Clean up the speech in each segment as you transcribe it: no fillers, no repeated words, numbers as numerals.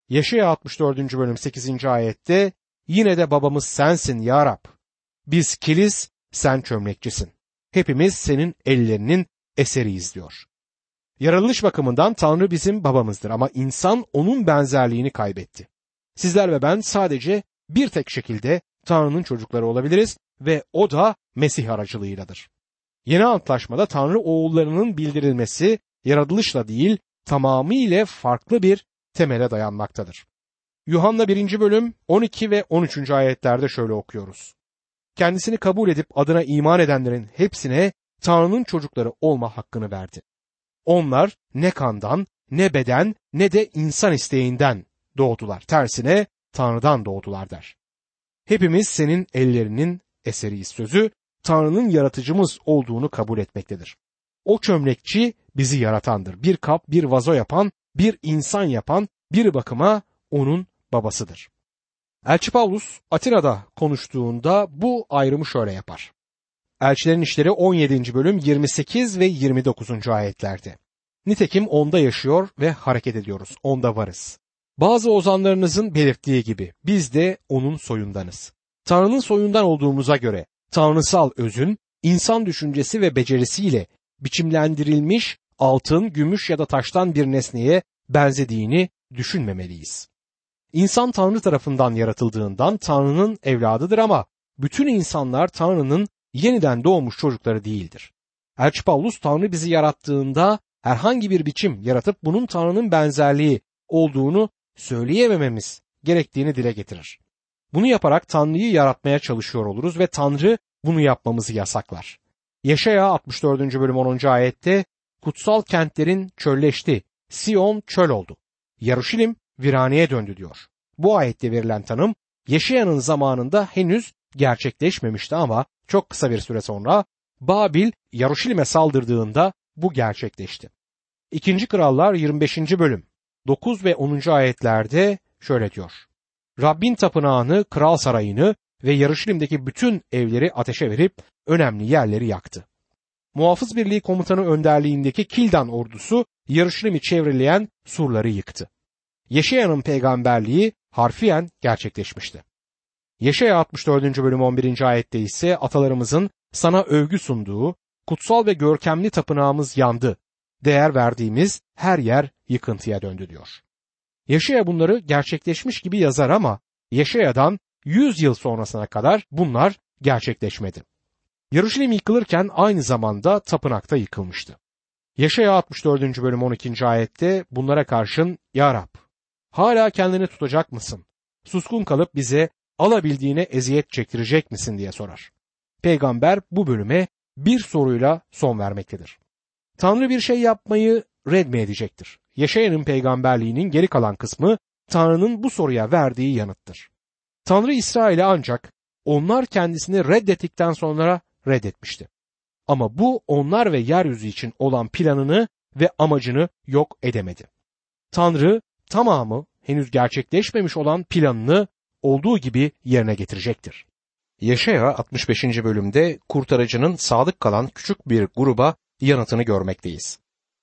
Yeşaya 64. bölüm 8. ayette yine de babamız sensin ya Rab. Biz kiliz, sen çömlekçisin. Hepimiz senin ellerinin eseriyiz diyor. Yaratılış bakımından Tanrı bizim babamızdır ama insan onun benzerliğini kaybetti. Sizler ve ben sadece bir tek şekilde Tanrı'nın çocukları olabiliriz ve o da Mesih aracılığıyladır. Yeni Antlaşmada Tanrı oğullarının bildirilmesi yaratılışla değil tamamıyla farklı bir temele dayanmaktadır. Yuhanna 1. bölüm 12 ve 13. ayetlerde şöyle okuyoruz. Kendisini kabul edip adına iman edenlerin hepsine Tanrı'nın çocukları olma hakkını verdi. Onlar ne kandan, ne beden, ne de insan isteğinden doğdular. Tersine Tanrı'dan doğdular der. Hepimiz senin ellerinin eseriyiz sözü, Tanrı'nın yaratıcımız olduğunu kabul etmektedir. O çömlekçi bizi yaratandır. Bir kap, bir vazo yapan, bir insan yapan, bir bakıma onun babasıdır. Elçi Pavlus Atina'da konuştuğunda bu ayrımı şöyle yapar. Elçilerin İşleri 17. bölüm 28 ve 29. ayetlerde. Nitekim onda yaşıyor ve hareket ediyoruz, onda varız. Bazı ozanlarınızın belirttiği gibi biz de onun soyundanız. Tanrı'nın soyundan olduğumuza göre tanrısal özün, insan düşüncesi ve becerisiyle biçimlendirilmiş altın, gümüş ya da taştan bir nesneye benzediğini düşünmemeliyiz. İnsan Tanrı tarafından yaratıldığından Tanrı'nın evladıdır ama bütün insanlar Tanrı'nın yeniden doğmuş çocukları değildir. Elçi Pavlus Tanrı bizi yarattığında herhangi bir biçim yaratıp bunun Tanrı'nın benzerliği olduğunu söyleyemememiz gerektiğini dile getirir. Bunu yaparak Tanrı'yı yaratmaya çalışıyor oluruz ve Tanrı bunu yapmamızı yasaklar. Yeşaya 64. bölüm 10. ayette kutsal kentlerin çölleşti, Sion çöl oldu, Yaruşilim viraneye döndü diyor. Bu ayette verilen tanım Yeşaya'nın zamanında henüz gerçekleşmemişti ama çok kısa bir süre sonra Babil Yaruşilim'e saldırdığında bu gerçekleşti. 2. Krallar 25. bölüm 9 ve 10. ayetlerde şöyle diyor. Rabbin tapınağını, kral sarayını ve Yaruşilim'deki bütün evleri ateşe verip önemli yerleri yaktı. Muhafız Birliği komutanı önderliğindeki Kildan ordusu Yaruşilim'i çevreleyen surları yıktı. Yeşaya'nın peygamberliği harfiyen gerçekleşmişti. Yeşaya 64. bölüm 11. ayette ise atalarımızın sana övgü sunduğu kutsal ve görkemli tapınağımız yandı. Değer verdiğimiz her yer yıkıntıya döndü diyor. Yeşaya bunları gerçekleşmiş gibi yazar ama Yeşaya'dan 100 yıl sonrasına kadar bunlar gerçekleşmedi. Yaruşilim yıkılırken aynı zamanda tapınakta yıkılmıştı. Yeşaya 64. bölüm 12. ayette bunlara karşın ya Rab, hala kendini tutacak mısın? Suskun kalıp bize alabildiğine eziyet çektirecek misin diye sorar. Peygamber bu bölüme bir soruyla son vermektedir. Tanrı bir şey yapmayı red mi edecektir? Yeşaya'nın peygamberliğinin geri kalan kısmı Tanrı'nın bu soruya verdiği yanıttır. Tanrı İsrail'e ancak onlar kendisini reddettikten sonra reddetmişti. Ama bu onlar ve yeryüzü için olan planını ve amacını yok edemedi. Tanrı tamamı henüz gerçekleşmemiş olan planını olduğu gibi yerine getirecektir. Yeşaya 65. bölümde kurtarıcının sadık kalan küçük bir gruba yanıtını görmekteyiz.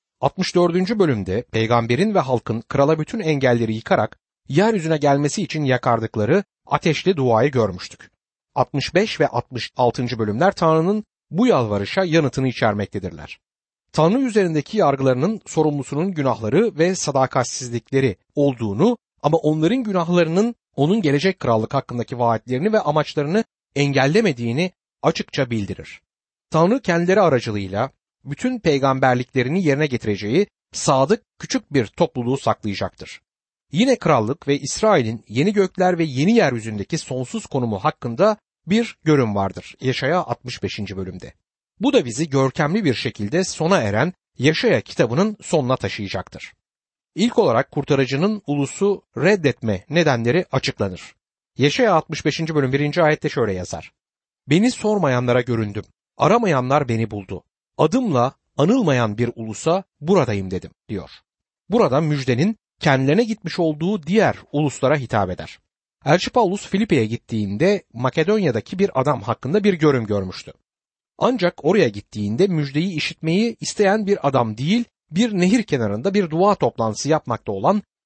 64. bölümde peygamberin ve halkın krala bütün engelleri yıkarak yeryüzüne gelmesi için yakardıkları ateşli duayı görmüştük. 65 ve 66. bölümler Tanrı'nın bu yalvarışa yanıtını içermektedirler. Tanrı üzerindeki yargılarının sorumlusunun günahları ve sadakatsizlikleri olduğunu ama onların günahlarının onun gelecek krallık hakkındaki vaatlerini ve amaçlarını engellemediğini açıkça bildirir. Tanrı kendileri aracılığıyla bütün peygamberliklerini yerine getireceği sadık küçük bir topluluğu saklayacaktır. Yine krallık ve İsrail'in yeni gökler ve yeni yeryüzündeki sonsuz konumu hakkında bir görüm vardır Yeşaya 65. bölümde. Bu da bizi görkemli bir şekilde sona eren Yeşaya kitabının sonuna taşıyacaktır. İlk olarak kurtarıcının ulusu reddetme nedenleri açıklanır. Yeşaya 65. bölüm 1. ayette şöyle yazar. Beni sormayanlara göründüm, aramayanlar beni buldu. Adımla anılmayan bir ulusa buradayım dedim diyor. Burada müjdenin kendilerine gitmiş olduğu diğer uluslara hitap eder. Elçi Pavlus Filipi'ye gittiğinde Makedonya'daki bir adam hakkında bir görüm görmüştü. Ancak oraya gittiğinde müjdeyi işitmeyi isteyen bir adam değil, bir nehir kenarında bir dua toplantısı yapmakta olan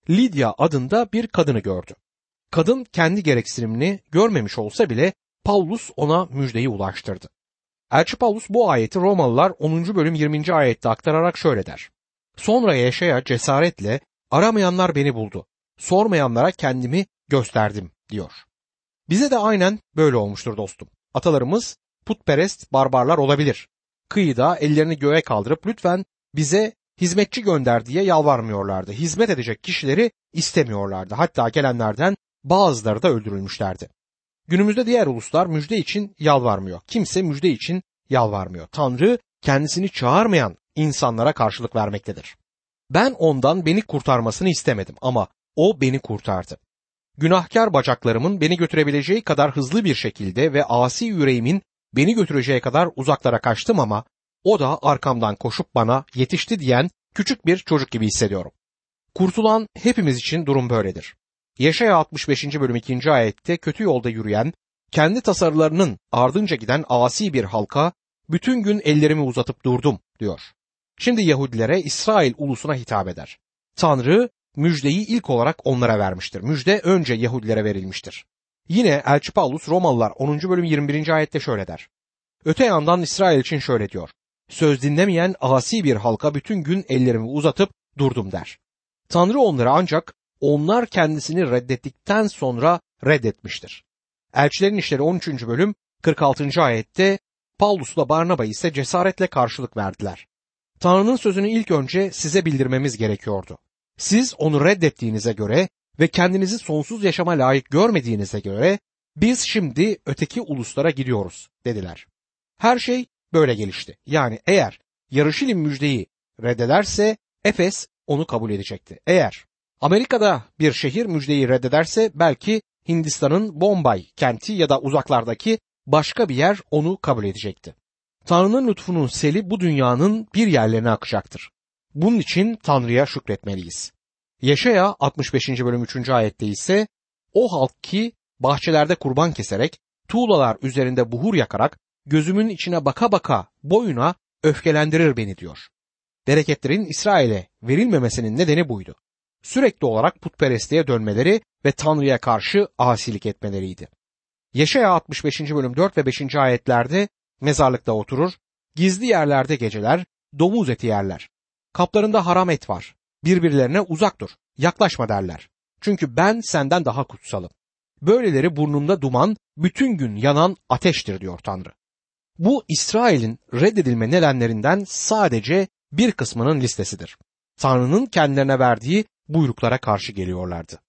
Lidya adında bir kadını gördü. Kadın kendi gereksinimini görmemiş olsa bile Pavlus ona müjdeyi ulaştırdı. Elçi Pavlus bu ayeti Romalılar 10. bölüm 20. ayette aktararak şöyle der. Sonra Yeşaya cesaretle aramayanlar beni buldu, sormayanlara kendimi gösterdim diyor. Bize de aynen böyle olmuştur dostum. Atalarımız putperest barbarlar olabilir. Kıyıda ellerini göğe kaldırıp lütfen bize hizmetçi gönder diye yalvarmıyorlardı. Hizmet edecek kişileri istemiyorlardı. Hatta gelenlerden bazıları da öldürülmüşlerdi. Günümüzde diğer uluslar müjde için yalvarmıyor. Kimse müjde için yalvarmıyor. Tanrı kendisini çağırmayan insanlara karşılık vermektedir. Ben ondan beni kurtarmasını istemedim ama o beni kurtardı. Günahkar bacaklarımın beni götürebileceği kadar hızlı bir şekilde ve asi yüreğimin beni götüreceği kadar uzaklara kaçtım ama o da arkamdan koşup bana yetişti diyen küçük bir çocuk gibi hissediyorum. Kurtulan hepimiz için durum böyledir. Yeşaya 65. bölüm 2. ayette kötü yolda yürüyen, kendi tasarılarının ardınca giden asi bir halka bütün gün ellerimi uzatıp durdum diyor. Şimdi Yahudilere İsrail ulusuna hitap eder. Tanrı müjdeyi ilk olarak onlara vermiştir. Müjde önce Yahudilere verilmiştir. Yine Elçi Pavlus Romalılar 10. bölüm 21. ayette şöyle der. Öte yandan İsrail için şöyle diyor. Söz dinlemeyen asi bir halka bütün gün ellerimi uzatıp durdum der. Tanrı onları ancak onlar kendisini reddettikten sonra reddetmiştir. Elçilerin İşleri 13. bölüm 46. ayette Pavlus'la Barnaba ise cesaretle karşılık verdiler. Tanrı'nın sözünü ilk önce size bildirmemiz gerekiyordu. Siz onu reddettiğinize göre ve kendinizi sonsuz yaşama layık görmediğinize göre biz şimdi öteki uluslara gidiyoruz dediler. Her şey böyle gelişti. Yani eğer Yarışilim müjdeyi reddederse Efes onu kabul edecekti. Eğer Amerika'da bir şehir müjdeyi reddederse belki Hindistan'ın Bombay kenti ya da uzaklardaki başka bir yer onu kabul edecekti. Tanrı'nın lütfunun seli bu dünyanın bir yerlerine akacaktır. Bunun için Tanrı'ya şükretmeliyiz. Yeşaya 65. bölüm 3. ayette ise o halk ki bahçelerde kurban keserek, tuğlalar üzerinde buhur yakarak, gözümün içine baka baka boyuna öfkelendirir beni diyor. Bereketlerin İsrail'e verilmemesinin nedeni buydu. Sürekli olarak putperestliğe dönmeleri ve Tanrı'ya karşı asilik etmeleriydi. Yeşaya 65. bölüm 4 ve 5. ayetlerde mezarlıkta oturur, gizli yerlerde geceler, domuz eti yerler. Kaplarında haram et var, birbirlerine uzak dur, yaklaşma derler. Çünkü ben senden daha kutsalım. Böyleleri burnunda duman, bütün gün yanan ateştir diyor Tanrı. Bu İsrail'in reddedilme nedenlerinden sadece bir kısmının listesidir. Tanrı'nın kendilerine verdiği buyruklara karşı geliyorlardı.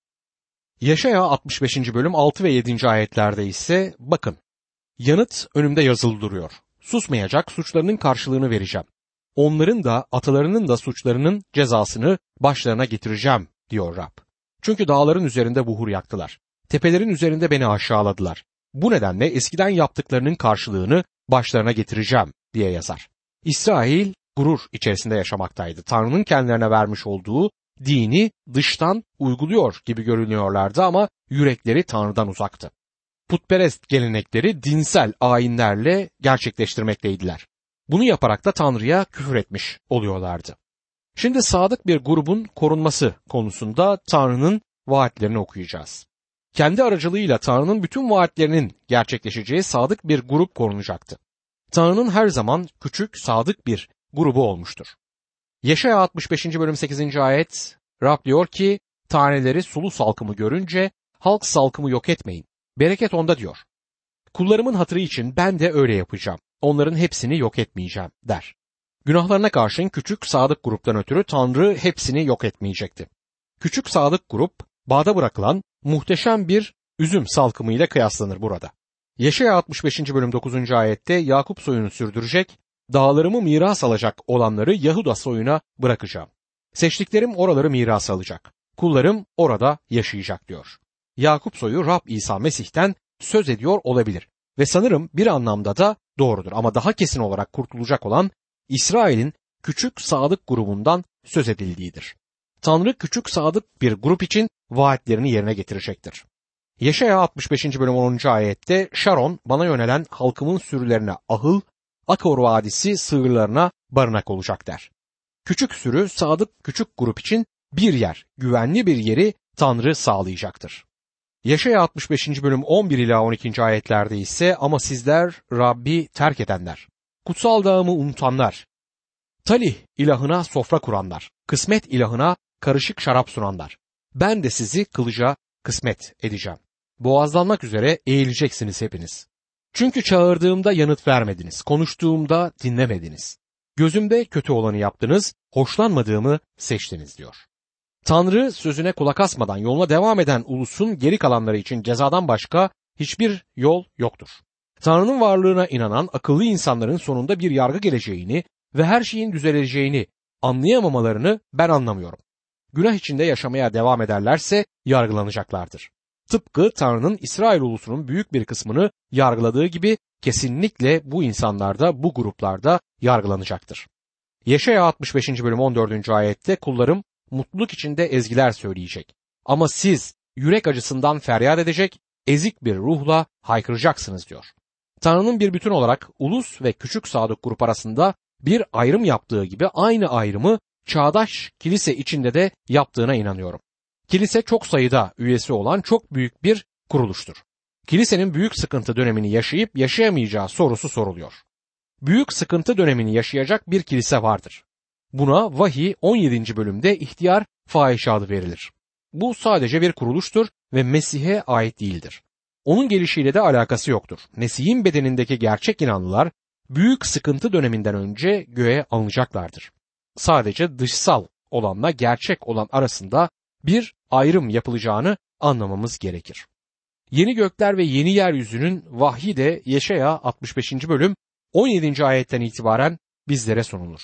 Yeşaya 65. bölüm 6 ve 7. ayetlerde ise bakın, yanıt önümde yazılı duruyor. Susmayacak, suçlarının karşılığını vereceğim. Onların da atalarının da suçlarının cezasını başlarına getireceğim diyor Rab. Çünkü dağların üzerinde buhur yaktılar. Tepelerin üzerinde beni aşağıladılar. Bu nedenle eskiden yaptıklarının karşılığını başlarına getireceğim diye yazar. İsrail gurur içerisinde yaşamaktaydı. Tanrı'nın kendilerine vermiş olduğu dini dıştan uyguluyor gibi görünüyorlardı ama yürekleri Tanrı'dan uzaktı. Putperest gelenekleri dinsel ayinlerle gerçekleştirmekteydiler. Bunu yaparak da Tanrı'ya küfür etmiş oluyorlardı. Şimdi sadık bir grubun korunması konusunda Tanrı'nın vaatlerini okuyacağız. Kendi aracılığıyla Tanrı'nın bütün vaatlerinin gerçekleşeceği sadık bir grup korunacaktı. Tanrı'nın her zaman küçük, sadık bir grubu olmuştur. Yeşaya 65. bölüm 8. ayet, Rab diyor ki, taneleri sulu salkımı görünce halk salkımı yok etmeyin. Bereket onda diyor. Kullarımın hatırı için ben de öyle yapacağım. Onların hepsini yok etmeyeceğim der. Günahlarına karşın küçük sadık gruptan ötürü Tanrı hepsini yok etmeyecekti. Küçük sadık grup bağda bırakılan muhteşem bir üzüm salkımıyla kıyaslanır burada. Yeşaya 65. bölüm 9. ayette Yakup soyunu sürdürecek, dağlarımı miras alacak olanları Yahuda soyuna bırakacağım. Seçtiklerim oraları miras alacak. Kullarım orada yaşayacak diyor. Yakup soyu Rab İsa Mesih'ten söz ediyor olabilir ve sanırım bir anlamda da doğrudur ama daha kesin olarak kurtulacak olan İsrail'in küçük sadık grubundan söz edildiğidir. Tanrı küçük sadık bir grup için vaatlerini yerine getirecektir. Yeşaya 65. bölüm 10. ayette Şaron bana yönelen halkımın sürülerine ahıl, Akor Vadisi sığırlarına barınak olacak der. Küçük sürü sadık küçük grup için bir yer, güvenli bir yeri Tanrı sağlayacaktır. Yaşaya 65. bölüm 11 ila 12. ayetlerde ise ama sizler Rabbi terk edenler, kutsal dağımı unutanlar, Talih ilahına sofra kuranlar, kısmet ilahına karışık şarap sunanlar, ben de sizi kılıca kısmet edeceğim. Boğazlanmak üzere eğileceksiniz hepiniz. Çünkü çağırdığımda yanıt vermediniz, konuştuğumda dinlemediniz. Gözümde kötü olanı yaptınız, hoşlanmadığımı seçtiniz diyor. Tanrı sözüne kulak asmadan yoluna devam eden ulusun geri kalanları için cezadan başka hiçbir yol yoktur. Tanrı'nın varlığına inanan akıllı insanların sonunda bir yargı geleceğini ve her şeyin düzeleceğini anlayamamalarını ben anlamıyorum. Günah içinde yaşamaya devam ederlerse yargılanacaklardır. Tıpkı Tanrı'nın İsrail ulusunun büyük bir kısmını yargıladığı gibi kesinlikle bu insanlar da bu gruplarda yargılanacaktır. Yeşaya 65. bölüm 14. ayette kullarım mutluluk içinde ezgiler söyleyecek. Ama siz yürek acısından feryat edecek, ezik bir ruhla haykıracaksınız diyor. Tanrı'nın bir bütün olarak ulus ve küçük sadık grup arasında bir ayrım yaptığı gibi aynı ayrımı çağdaş kilise içinde de yaptığına inanıyorum. Kilise çok sayıda üyesi olan çok büyük bir kuruluştur. Kilisenin büyük sıkıntı dönemini yaşayıp yaşayamayacağı sorusu soruluyor. Büyük sıkıntı dönemini yaşayacak bir kilise vardır. Buna Vahiy 17. bölümde ihtiyar fahişe adı verilir. Bu sadece bir kuruluştur ve Mesih'e ait değildir. Onun gelişiyle de alakası yoktur. Mesih'in bedenindeki gerçek inanlılar büyük sıkıntı döneminden önce göğe alınacaklardır. Sadece dışsal olanla gerçek olan arasında bir ayrım yapılacağını anlamamız gerekir. Yeni gökler ve yeni yeryüzünün vahyi de Yeşaya 65. bölüm 17. ayetten itibaren bizlere sunulur.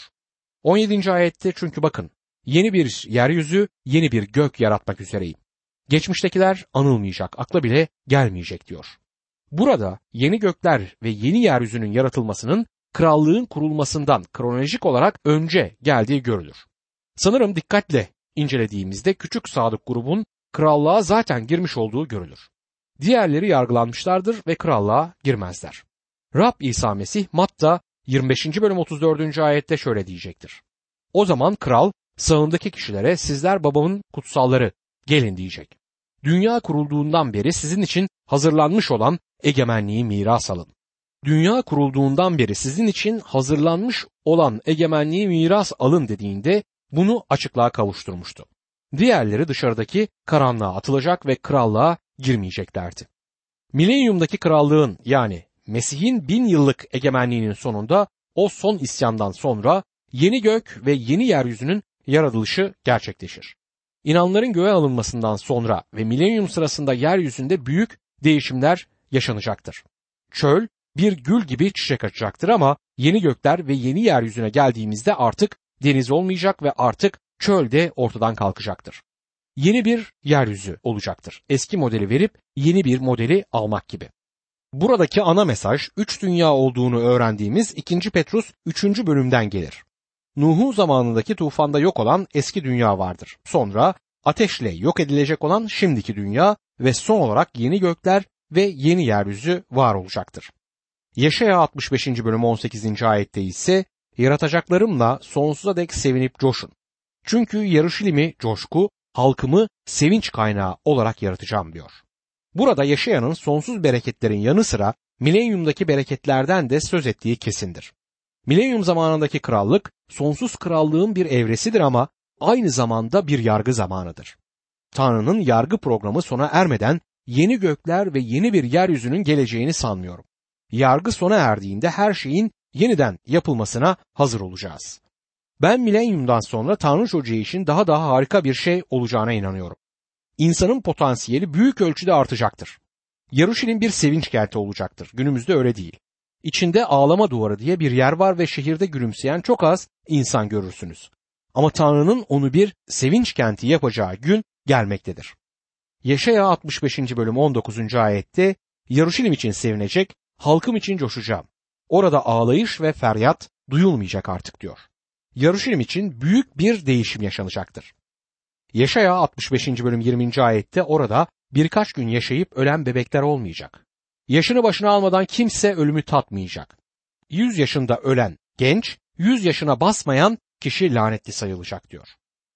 17. ayette çünkü bakın yeni bir yeryüzü, yeni bir gök yaratmak üzereyim. Geçmiştekiler anılmayacak, akla bile gelmeyecek diyor. Burada yeni gökler ve yeni yeryüzünün yaratılmasının krallığın kurulmasından kronolojik olarak önce geldiği görülür. Sanırım dikkatle incelediğimizde küçük sadık grubun krallığa zaten girmiş olduğu görülür. Diğerleri yargılanmışlardır ve krallığa girmezler. Rab İsa Mesih Matta 25. bölüm 34. ayette şöyle diyecektir. O zaman kral sağındaki kişilere sizler babamın kutsalları gelin diyecek. Dünya kurulduğundan beri sizin için hazırlanmış olan egemenliği miras alın. Dünya kurulduğundan beri sizin için hazırlanmış olan egemenliği miras alın dediğinde bunu açıklığa kavuşturmuştu. Diğerleri dışarıdaki karanlığa atılacak ve krallığa girmeyeceklerdi. Milenyumdaki krallığın yani Mesih'in 1000 yıllık egemenliğinin sonunda o son isyandan sonra yeni gök ve yeni yeryüzünün yaratılışı gerçekleşir. İnanların göğe alınmasından sonra ve milenyum sırasında yeryüzünde büyük değişimler yaşanacaktır. Çöl bir gül gibi çiçek açacaktır ama yeni gökler ve yeni yeryüzüne geldiğimizde artık deniz olmayacak ve artık çöl de ortadan kalkacaktır. Yeni bir yeryüzü olacaktır. Eski modeli verip yeni bir modeli almak gibi. Buradaki ana mesaj 3 dünya olduğunu öğrendiğimiz 2. Petrus 3. bölümden gelir. Nuh'un zamanındaki tufanda yok olan eski dünya vardır. Sonra ateşle yok edilecek olan şimdiki dünya ve son olarak yeni gökler ve yeni yeryüzü var olacaktır. Yeşaya 65. bölüm 18. ayette ise yaratacaklarımla sonsuza dek sevinip coşun. Çünkü Yeruşalim'i coşku, halkımı sevinç kaynağı olarak yaratacağım diyor. Burada Yeşaya'nın sonsuz bereketlerin yanı sıra milenyumdaki bereketlerden de söz ettiği kesindir. Milenyum zamanındaki krallık sonsuz krallığın bir evresidir ama aynı zamanda bir yargı zamanıdır. Tanrı'nın yargı programı sona ermeden yeni gökler ve yeni bir yeryüzünün geleceğini sanmıyorum. Yargı sona erdiğinde her şeyin yeniden yapılmasına hazır olacağız. Ben milenyumdan sonra Tanrı çocuğu için daha harika bir şey olacağına inanıyorum. İnsanın potansiyeli büyük ölçüde artacaktır. Yeruşalim bir sevinç kenti olacaktır. Günümüzde öyle değil. İçinde ağlama duvarı diye bir yer var ve şehirde gülümseyen çok az insan görürsünüz. Ama Tanrı'nın onu bir sevinç kenti yapacağı gün gelmektedir. Yeşaya 65. bölüm 19. ayette Yeruşalim için sevinecek, halkım için coşacağım. Orada ağlayış ve feryat duyulmayacak artık diyor. Yeruşalim için büyük bir değişim yaşanacaktır. Yeşaya 65. bölüm 20. ayette orada birkaç gün yaşayıp ölen bebekler olmayacak. Yaşını başına almadan kimse ölümü tatmayacak. 100 yaşında ölen genç, 100 yaşına basmayan kişi lanetli sayılacak diyor.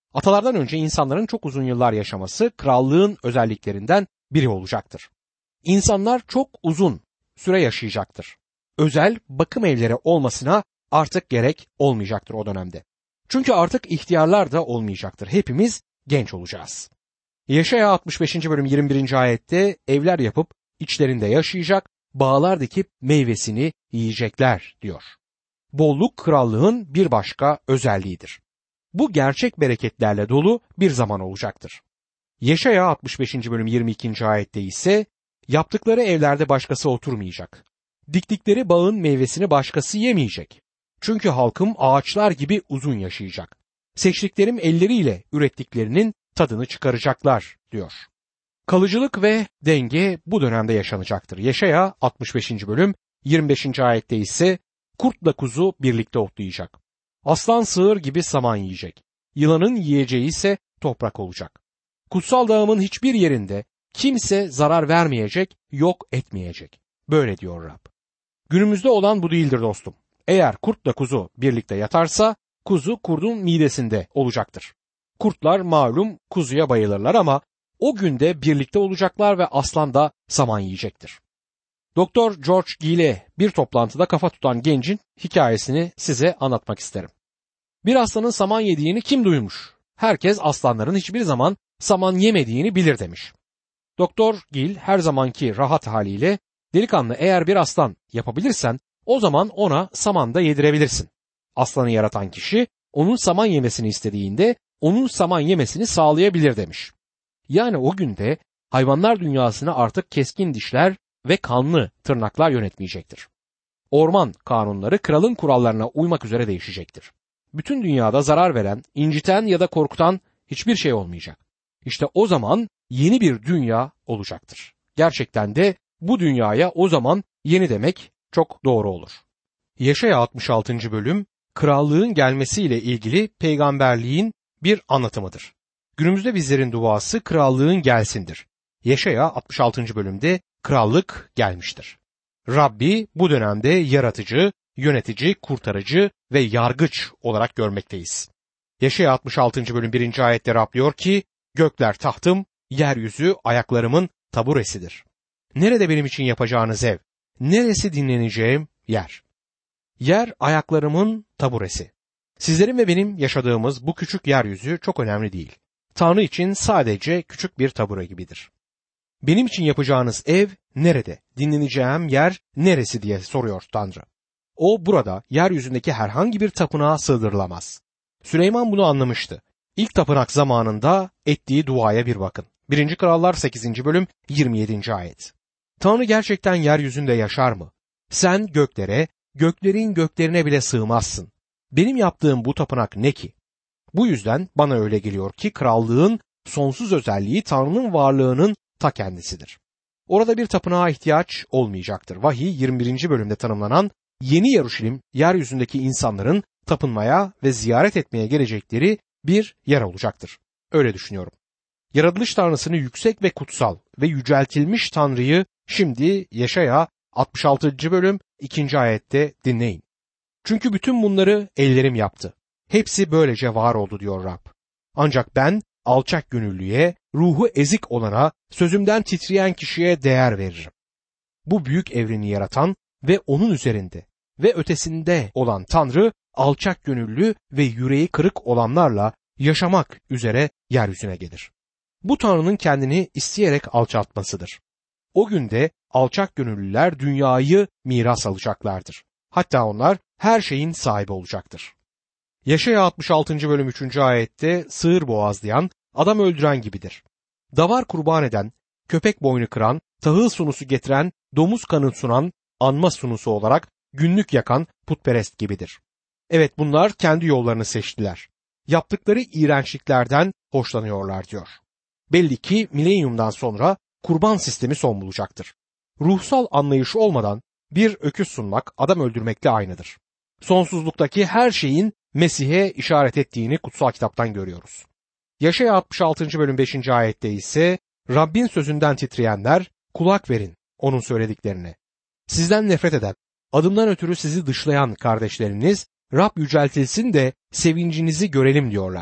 Atalardan önce insanların çok uzun yıllar yaşaması krallığın özelliklerinden biri olacaktır. İnsanlar çok uzun süre yaşayacaktır. Özel bakım evleri olmasına artık gerek olmayacaktır o dönemde. Çünkü artık ihtiyarlar da olmayacaktır. Hepimiz genç olacağız. Yeşaya 65. bölüm 21. ayette evler yapıp içlerinde yaşayacak, bağlar dikip meyvesini yiyecekler diyor. Bolluk krallığın bir başka özelliğidir. Bu gerçek bereketlerle dolu bir zaman olacaktır. Yeşaya 65. bölüm 22. ayette ise yaptıkları evlerde başkası oturmayacak. Diktikleri bağın meyvesini başkası yemeyecek. Çünkü halkım ağaçlar gibi uzun yaşayacak. Seçtiklerim elleriyle ürettiklerinin tadını çıkaracaklar diyor. Kalıcılık ve denge bu dönemde yaşanacaktır. Yeşaya 65. bölüm 25. ayette ise kurtla kuzu birlikte otlayacak. Aslan sığır gibi saman yiyecek. Yılanın yiyeceği ise toprak olacak. Kutsal dağımın hiçbir yerinde kimse zarar vermeyecek, yok etmeyecek. Böyle diyor Rab. Günümüzde olan bu değildir dostum. Eğer kurtla kuzu birlikte yatarsa kuzu kurdun midesinde olacaktır. Kurtlar malum kuzuya bayılırlar ama o günde birlikte olacaklar ve aslan da saman yiyecektir. Doktor George Gill'e bir toplantıda kafa tutan gencin hikayesini size anlatmak isterim. Bir aslanın saman yediğini kim duymuş? Herkes aslanların hiçbir zaman saman yemediğini bilir demiş. Doktor Gill her zamanki rahat haliyle delikanlı eğer bir aslan yapabilirsen o zaman ona saman da yedirebilirsin. Aslanı yaratan kişi onun saman yemesini istediğinde onun saman yemesini sağlayabilir demiş. Yani o günde hayvanlar dünyasını artık keskin dişler ve kanlı tırnaklar yönetmeyecektir. Orman kanunları kralın kurallarına uymak üzere değişecektir. Bütün dünyada zarar veren, inciten ya da korkutan hiçbir şey olmayacak. İşte o zaman yeni bir dünya olacaktır. Gerçekten de bu dünyaya o zaman yeni demek çok doğru olur. Yeşaya 66. bölüm krallığın gelmesiyle ilgili peygamberliğin bir anlatımıdır. Günümüzde bizlerin duası krallığın gelsindir. Yeşaya 66. bölümde krallık gelmiştir. Rabbi bu dönemde yaratıcı, yönetici, kurtarıcı ve yargıç olarak görmekteyiz. Yeşaya 66. bölüm 1. ayette Rab diyor ki, gökler tahtım, yeryüzü ayaklarımın taburesidir. Nerede benim için yapacağınız ev? Neresi dinleneceğim yer? Yer ayaklarımın taburesi. Sizlerin ve benim yaşadığımız bu küçük yeryüzü çok önemli değil. Tanrı için sadece küçük bir tabure gibidir. Benim için yapacağınız ev nerede? Dinleneceğim yer neresi diye soruyor Tanrı. O burada yeryüzündeki herhangi bir tapınağa sığdırılamaz. Süleyman bunu anlamıştı. İlk tapınak zamanında ettiği duaya bir bakın. 1. Krallar 8. bölüm 27. ayet. Tanrı gerçekten yeryüzünde yaşar mı? Sen göklere, göklerin göklerine bile sığmazsın. Benim yaptığım bu tapınak ne ki? Bu yüzden bana öyle geliyor ki krallığın sonsuz özelliği Tanrı'nın varlığının ta kendisidir. Orada bir tapınağa ihtiyaç olmayacaktır. Vahiy 21. bölümde tanımlanan Yeni Yeruşalim yeryüzündeki insanların tapınmaya ve ziyaret etmeye gelecekleri bir yer olacaktır. Öyle düşünüyorum. Yaratılış Tanrısını yüksek ve kutsal ve yüceltilmiş Tanrı'yı şimdi Yeşaya 66. bölüm 2. ayette dinleyin. Çünkü bütün bunları ellerim yaptı. Hepsi böylece var oldu diyor Rab. Ancak ben alçak gönüllüye, ruhu ezik olana, sözümden titreyen kişiye değer veririm. Bu büyük evreni yaratan ve onun üzerinde ve ötesinde olan Tanrı, alçak gönüllü ve yüreği kırık olanlarla yaşamak üzere yeryüzüne gelir. Bu Tanrı'nın kendini isteyerek alçaltmasıdır. O günde alçak gönüllüler dünyayı miras alacaklardır. Hatta onlar her şeyin sahibi olacaktır. Yeşaya 66. bölüm 3. ayette sığır boğazlayan, adam öldüren gibidir. Davar kurban eden, köpek boynu kıran, tahıl sunusu getiren, domuz kanı sunan, anma sunusu olarak günlük yakan putperest gibidir. Evet, bunlar kendi yollarını seçtiler. Yaptıkları iğrençliklerden hoşlanıyorlar diyor. Belli ki milenyumdan sonra kurban sistemi son bulacaktır. Ruhsal anlayışı olmadan bir öküz sunmak adam öldürmekle aynıdır. Sonsuzluktaki her şeyin Mesih'e işaret ettiğini kutsal kitaptan görüyoruz. Yeşaya 66. bölüm 5. ayette ise Rabbin sözünden titreyenler kulak verin onun söylediklerine. Sizden nefret eden, adımdan ötürü sizi dışlayan kardeşleriniz Rab yüceltilsin de sevincinizi görelim diyorlar.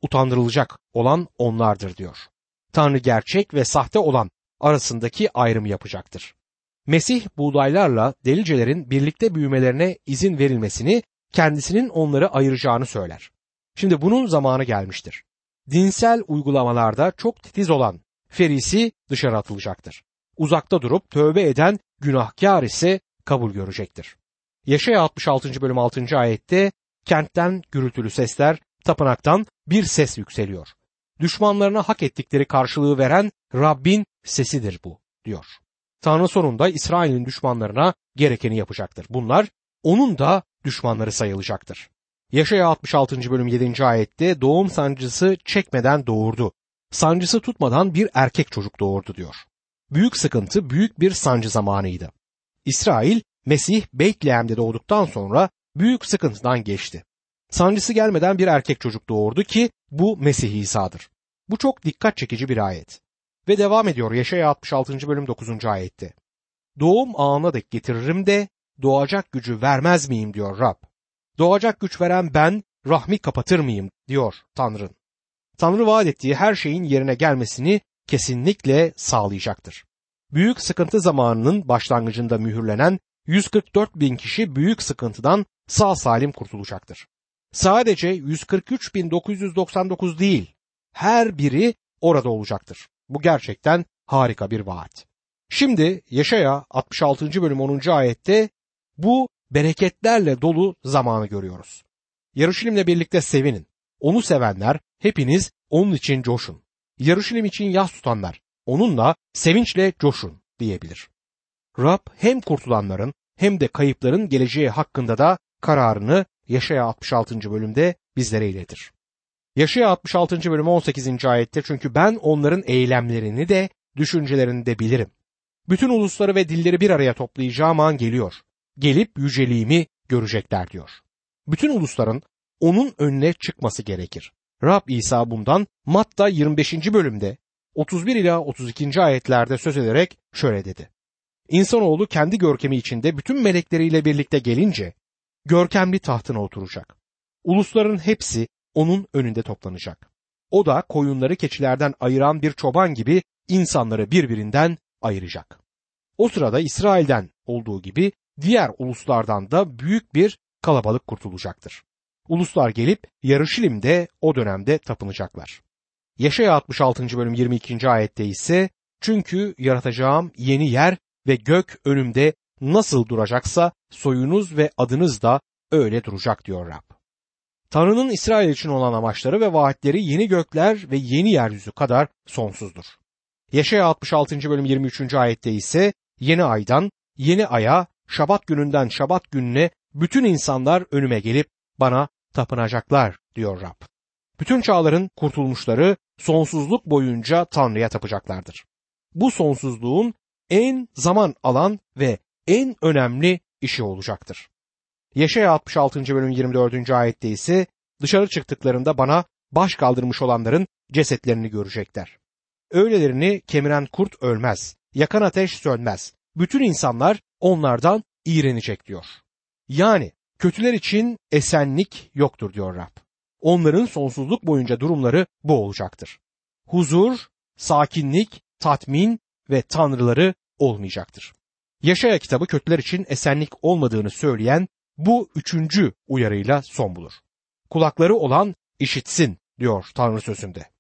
utandırılacak olan onlardır diyor. Tanrı gerçek ve sahte olan arasındaki ayrımı yapacaktır. Mesih buğdaylarla delicelerin birlikte büyümelerine izin verilmesini, kendisinin onları ayıracağını söyler. Şimdi bunun zamanı gelmiştir. Dinsel uygulamalarda çok titiz olan Ferisi dışarı atılacaktır. Uzakta durup tövbe eden günahkar ise kabul görecektir. Yeşaya 66. bölüm 6. ayette kentten gürültülü sesler, tapınaktan bir ses yükseliyor. Düşmanlarına hak ettikleri karşılığı veren Rabbin sesidir bu diyor. Tanrı sonunda İsrail'in düşmanlarına gerekeni yapacaktır. Bunlar onun da düşmanları sayılacaktır. Yaşaya 66. bölüm 7. ayette doğum sancısı çekmeden doğurdu. Sancısı tutmadan bir erkek çocuk doğurdu diyor. Büyük sıkıntı, büyük bir sancı zamanıydı. İsrail, Mesih Betlehem'de doğduktan sonra büyük sıkıntıdan geçti. Sancısı gelmeden bir erkek çocuk doğurdu ki bu Mesih İsa'dır. Bu çok dikkat çekici bir ayet. Ve devam ediyor Yeşaya 66. bölüm 9. ayette. Doğum ağına dek getiririm de doğacak gücü vermez miyim diyor Rab. Doğacak güç veren ben rahmi kapatır mıyım diyor Tanrı. Tanrı vaat ettiği her şeyin yerine gelmesini kesinlikle sağlayacaktır. Büyük sıkıntı zamanının başlangıcında mühürlenen 144 bin kişi büyük sıkıntıdan sağ salim kurtulacaktır. Sadece 143.999 değil, her biri orada olacaktır. Bu gerçekten harika bir vaat. Şimdi Yeşaya 66. bölüm 10. ayette bu bereketlerle dolu zamanı görüyoruz. Yarışilimle birlikte sevinin. Onu sevenler hepiniz onun için coşun. Yarışilim için yas tutanlar onunla sevinçle coşun diyebilir. Rab hem kurtulanların hem de kayıpların geleceği hakkında da kararını Yeşaya 66. bölümde bizlere iletir. Yeşaya 66. bölüm 18. ayette çünkü ben onların eylemlerini de düşüncelerini de bilirim. Bütün ulusları ve dilleri bir araya toplayacağım an geliyor. Gelip yüceliğimi görecekler diyor. Bütün ulusların onun önüne çıkması gerekir. Rab İsa bundan Matta 25. bölümde 31 ila 32. ayetlerde söz ederek şöyle dedi. İnsanoğlu kendi görkemi içinde bütün melekleriyle birlikte gelince görkemli tahtına oturacak. Ulusların hepsi onun önünde toplanacak. O da koyunları keçilerden ayıran bir çoban gibi insanları birbirinden ayıracak. O sırada İsrail'den olduğu gibi diğer uluslardan da büyük bir kalabalık kurtulacaktır. Uluslar gelip Yarışilim'de o dönemde tapınacaklar. Yeşaya 66. bölüm 22. ayette ise çünkü yaratacağım yeni yer ve gök önümde nasıl duracaksa soyunuz ve adınız da öyle duracak diyor Rab. Tanrı'nın İsrail için olan amaçları ve vaatleri yeni gökler ve yeni yeryüzü kadar sonsuzdur. Yeşaya 66. bölüm 23. ayette ise yeni aydan yeni aya, Şabat gününden Şabat gününe bütün insanlar önüme gelip bana tapınacaklar diyor Rab. Bütün çağların kurtulmuşları sonsuzluk boyunca Tanrı'ya tapacaklardır. Bu sonsuzluğun en zaman alan ve en önemli işi olacaktır. Yeşaya 66. bölüm 24. ayette ise dışarı çıktıklarında bana baş kaldırmış olanların cesetlerini görecekler. Öğlelerini kemiren kurt ölmez, yakan ateş sönmez. Bütün insanlar onlardan iğrenecek diyor. Yani kötüler için esenlik yoktur diyor Rab. Onların sonsuzluk boyunca durumları bu olacaktır. Huzur, sakinlik, tatmin ve tanrıları olmayacaktır. Yeşaya kitabı kötüler için esenlik olmadığını söyleyen bu 3. uyarıyla son bulur. Kulakları olan işitsin diyor Tanrı sözünde.